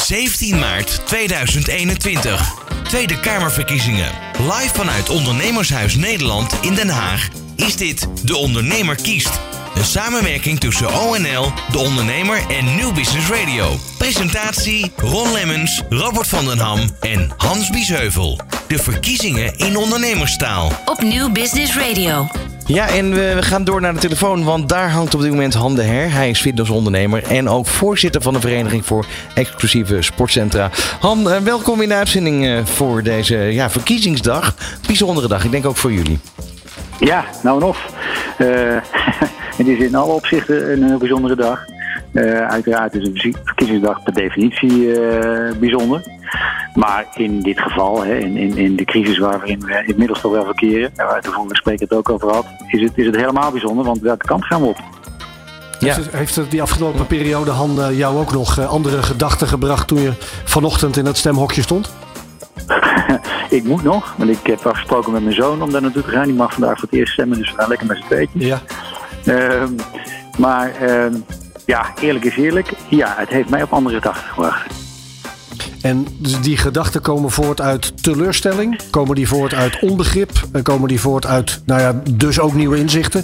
17 maart 2021. Tweede Kamerverkiezingen. Live vanuit Ondernemershuis Nederland in Den Haag is dit De Ondernemer kiest. Een samenwerking tussen ONL, De Ondernemer en Nieuw Business Radio. Presentatie Ron Lemmens, Robert van den Ham en Hans Biesheuvel. De verkiezingen in ondernemerstaal. Op Nieuw Business Radio. Ja, en we gaan door naar de telefoon, want daar hangt op dit moment Han de Her. Hij is fitnessondernemer en ook voorzitter van de Vereniging voor Exclusieve Sportcentra. Han, welkom in de uitzending voor deze verkiezingsdag. Bijzondere dag, ik denk ook voor jullie. Ja, nou en of. Het is in alle opzichten een bijzondere dag. Uiteraard is een verkiezingsdag per definitie bijzonder. Maar in dit geval, in de crisis waarin we inmiddels toch wel verkeren, waar de vorige spreker het ook over had, is het helemaal bijzonder, want welke kant gaan we op? Ja. Heeft die afgelopen periode, Han, jou ook nog andere gedachten gebracht toen je vanochtend in het stemhokje stond? Ik moet nog, want ik heb afgesproken met mijn zoon om daar naartoe te gaan. Die mag vandaag voor het eerst stemmen, dus we gaan lekker met z'n tweetjes. Ja. Maar eerlijk is eerlijk. Ja, het heeft mij op andere gedachten gebracht. En die gedachten komen voort uit teleurstelling? Komen die voort uit onbegrip? Komen die voort uit, dus ook nieuwe inzichten?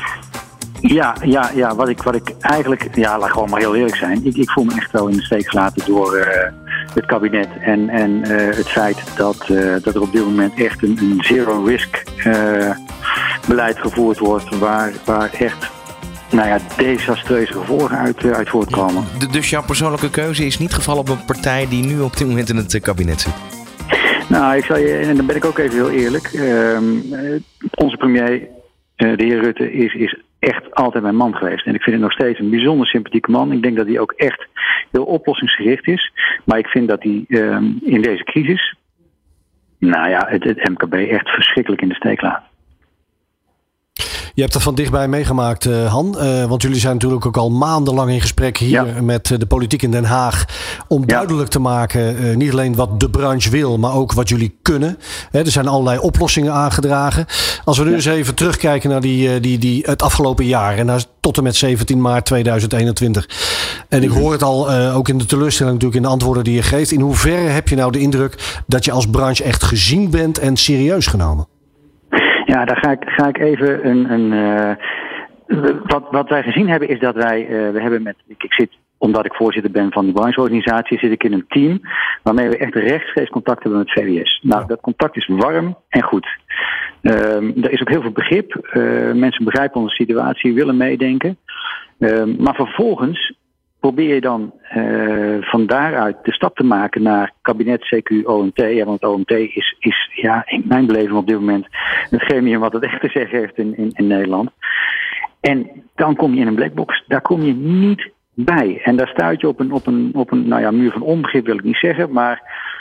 Ja, wat ik eigenlijk, laat gewoon maar heel eerlijk zijn. Ik voel me echt wel in de steek gelaten door het kabinet en het feit dat er op dit moment echt een zero risk beleid gevoerd wordt, waar echt desastreuze gevolgen uit voortkomen. Dus jouw persoonlijke keuze is niet gevallen op een partij die nu op dit moment in het kabinet zit? Nou, ik zal je, en dan ben ik ook even heel eerlijk. Onze premier, de heer Rutte, is echt altijd mijn man geweest. En ik vind het nog steeds een bijzonder sympathieke man. Ik denk dat hij ook echt heel oplossingsgericht is. Maar ik vind dat hij in deze crisis, het MKB echt verschrikkelijk in de steek laat. Je hebt dat van dichtbij meegemaakt, Han. Want jullie zijn natuurlijk ook al maandenlang in gesprek hier met de politiek in Den Haag. Om duidelijk te maken, niet alleen wat de branche wil, maar ook wat jullie kunnen. Er zijn allerlei oplossingen aangedragen. Als we nu eens even terugkijken naar het afgelopen jaar. En tot en met 17 maart 2021. En ik hoor het al, ook in de teleurstelling natuurlijk in de antwoorden die je geeft. In hoeverre heb je nou de indruk dat je als branche echt gezien bent en serieus genomen? Ja, daar ga ik even wat wij gezien hebben is dat we hebben ik zit, omdat ik voorzitter ben van de brancheorganisatie, zit ik in een team waarmee we echt rechtstreeks contact hebben met VWS. Nou, dat contact is warm en goed. Er is ook heel veel begrip. Mensen begrijpen onze situatie, willen meedenken. Maar vervolgens probeer je dan van daaruit de stap te maken naar kabinet CQ OMT. Ja, want OMT is in mijn beleving op dit moment het gremium wat het echt te zeggen heeft in Nederland. En dan kom je in een blackbox. Daar kom je niet bij. En daar stuit je op een muur van onbegrip, wil ik niet zeggen. Maar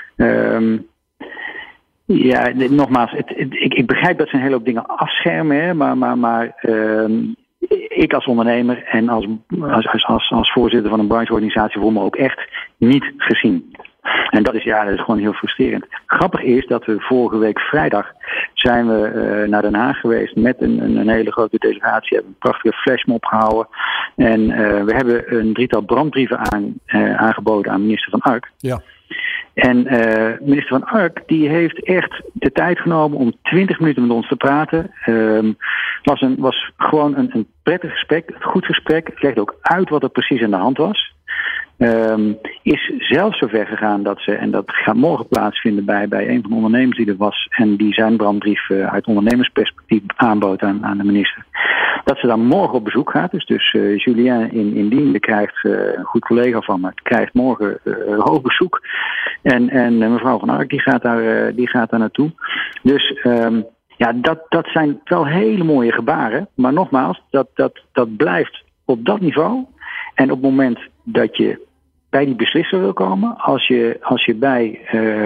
nogmaals, ik begrijp dat ze een hele hoop dingen afschermen. Hè, maar ik als ondernemer en als voorzitter van een brancheorganisatie voel me ook echt niet gezien. En dat is gewoon heel frustrerend. Grappig is dat we vorige week vrijdag zijn we naar Den Haag geweest met een hele grote delegatie. We hebben een prachtige flashmob gehouden. En we hebben een 3-tal brandbrieven aangeboden aan minister Van Ark. Ja. En minister Van Ark die heeft echt de tijd genomen om 20 minuten met ons te praten. Was gewoon een prettig gesprek, een goed gesprek. Het legde ook uit wat er precies aan de hand was. Is zelfs zo ver gegaan dat ze, en dat gaat morgen plaatsvinden bij een van de ondernemers die er was en die zijn brandbrief uit ondernemersperspectief aanbood aan de minister, dat ze dan morgen op bezoek gaat. Dus Julien in Diende krijgt, een goed collega van me, krijgt morgen hoog bezoek. En mevrouw Van Ark die gaat daar naartoe. Dus dat zijn wel hele mooie gebaren. Maar nogmaals, dat blijft op dat niveau. En op het moment dat je bij die beslisser wil komen, als je bij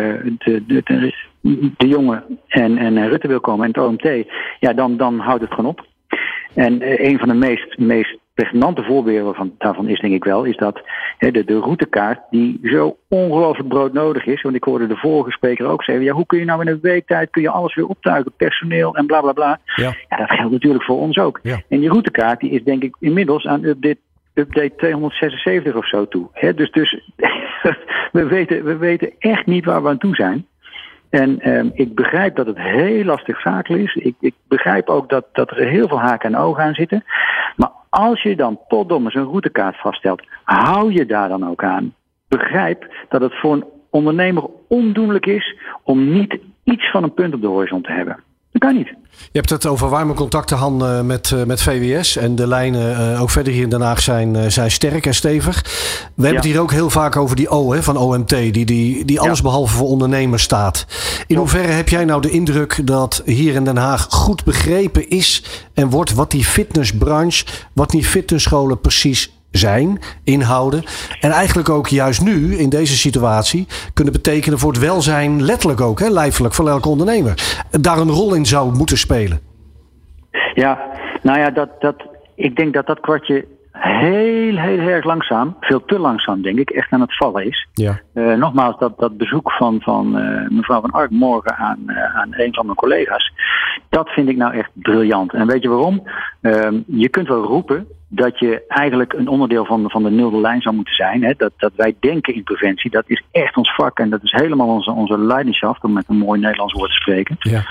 de jongen en Rutte wil komen en het OMT, dan houdt het gewoon op. En een van de meest pregnante voorbeelden daarvan is denk ik wel, is dat de routekaart die zo ongelooflijk broodnodig is. Want ik hoorde de vorige spreker ook zeggen, hoe kun je nou in een week tijd kun je alles weer optuigen, personeel en bla bla bla. Ja, dat geldt natuurlijk voor ons ook. Ja. En die routekaart die is denk ik inmiddels aan update 276 of zo toe. Dus we weten echt niet waar we aan toe zijn. En ik begrijp dat het heel lastig zakel is. Ik begrijp ook dat er heel veel haken en ogen aan zitten. Maar als je dan potdomme zo'n routekaart vaststelt, hou je daar dan ook aan. Begrijp dat het voor een ondernemer ondoenlijk is om niet iets van een punt op de horizon te hebben. Dat kan niet. Je hebt het over warme contacten, Han, met VWS. En de lijnen ook verder hier in Den Haag zijn sterk en stevig. We hebben het hier ook heel vaak over die O van OMT. Die allesbehalve voor ondernemers staat. In hoeverre heb jij nou de indruk dat hier in Den Haag goed begrepen is en wordt wat die fitnessbranche, wat die fitnessscholen precies zijn, inhouden. En eigenlijk ook juist nu, in deze situatie, kunnen betekenen voor het welzijn, letterlijk ook, lijfelijk, voor elke ondernemer. Daar een rol in zou moeten spelen. Ja, nou ja, ik denk dat kwartje heel erg langzaam, veel te langzaam denk ik, echt aan het vallen is. Ja. Nogmaals, dat bezoek van mevrouw Van Ark morgen aan een van mijn collega's, dat vind ik nou echt briljant. En weet je waarom? Je kunt wel roepen dat je eigenlijk een onderdeel van de nulde lijn zou moeten zijn. Hè? Dat wij denken in preventie, dat is echt ons vak en dat is helemaal onze leidenschap, om met een mooi Nederlands woord te spreken. Ja.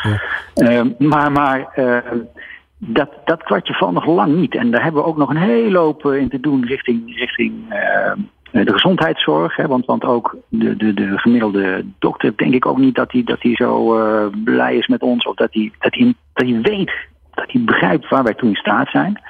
Maar dat kwartje valt nog lang niet. En daar hebben we ook nog een hele hoop in te doen richting de gezondheidszorg. Hè? Want ook de gemiddelde dokter, denk ik ook niet dat hij zo blij is met ons. Of dat hij weet, dat hij begrijpt waar wij toe in staat zijn.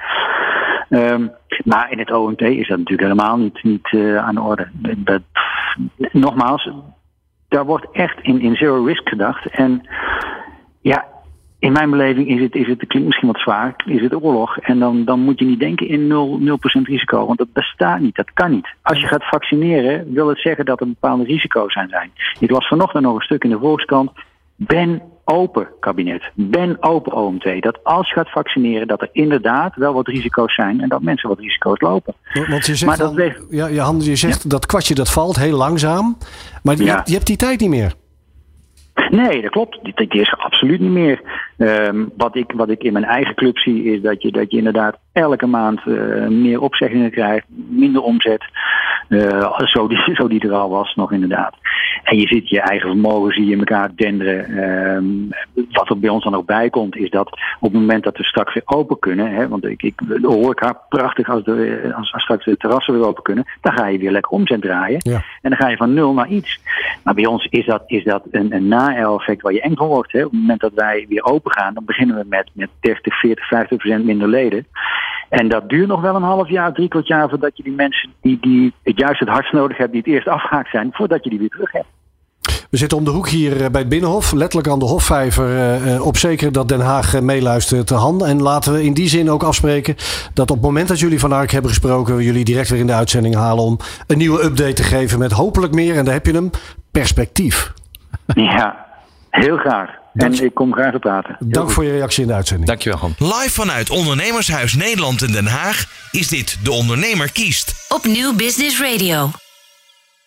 Maar in het OMT is dat natuurlijk helemaal niet aan de orde. Nogmaals, daar wordt echt in zero risk gedacht. En ja, in mijn beleving is het klinkt misschien wat zwaar, is het oorlog. En dan moet je niet denken in 0% risico, want dat bestaat niet, dat kan niet. Als je gaat vaccineren, wil het zeggen dat er bepaalde risico's zijn. Ik las vanochtend nog een stuk in de Volkskrant. Ben open, kabinet. Ben open, OMT. Dat als je gaat vaccineren, dat er inderdaad wel wat risico's zijn en dat mensen wat risico's lopen. Want je zegt, je zegt dat kwartje dat valt heel langzaam, maar je hebt die tijd niet meer. Nee, dat klopt. Die is absoluut niet meer. Wat ik in mijn eigen club zie is dat je inderdaad elke maand meer opzeggingen krijgt, minder omzet. Zo die er al was nog inderdaad. En je ziet je eigen vermogen, zie je elkaar denderen. Wat er bij ons dan ook bij komt, is dat op het moment dat we straks weer open kunnen, hè, want ik hoor ik prachtig als straks de terrassen weer open kunnen, dan ga je weer lekker omzet draaien. Ja. En dan ga je van 0 naar iets. Maar bij ons is dat een na-effect waar je eng van wordt. Hè. Op het moment dat wij weer open gaan, dan beginnen we met 30, 40, 50% minder leden. En dat duurt nog wel een half jaar, 3/4 jaar voordat je die mensen die het juist het hardst nodig hebben, die het eerst afgehaakt zijn, voordat je die weer terug hebt. We zitten om de hoek hier bij het Binnenhof, letterlijk aan de Hofvijver, op zeker dat Den Haag meeluistert, Han. En laten we in die zin ook afspreken dat op het moment dat jullie Van Ark hebben gesproken, we jullie direct weer in de uitzending halen om een nieuwe update te geven met hopelijk meer, en daar heb je hem, perspectief. Ja, heel graag. En ik kom graag te praten. Dank voor je reactie in de uitzending. Dankjewel, Han. Live vanuit Ondernemershuis Nederland in Den Haag is dit De Ondernemer Kiest. Op Nieuw Business Radio.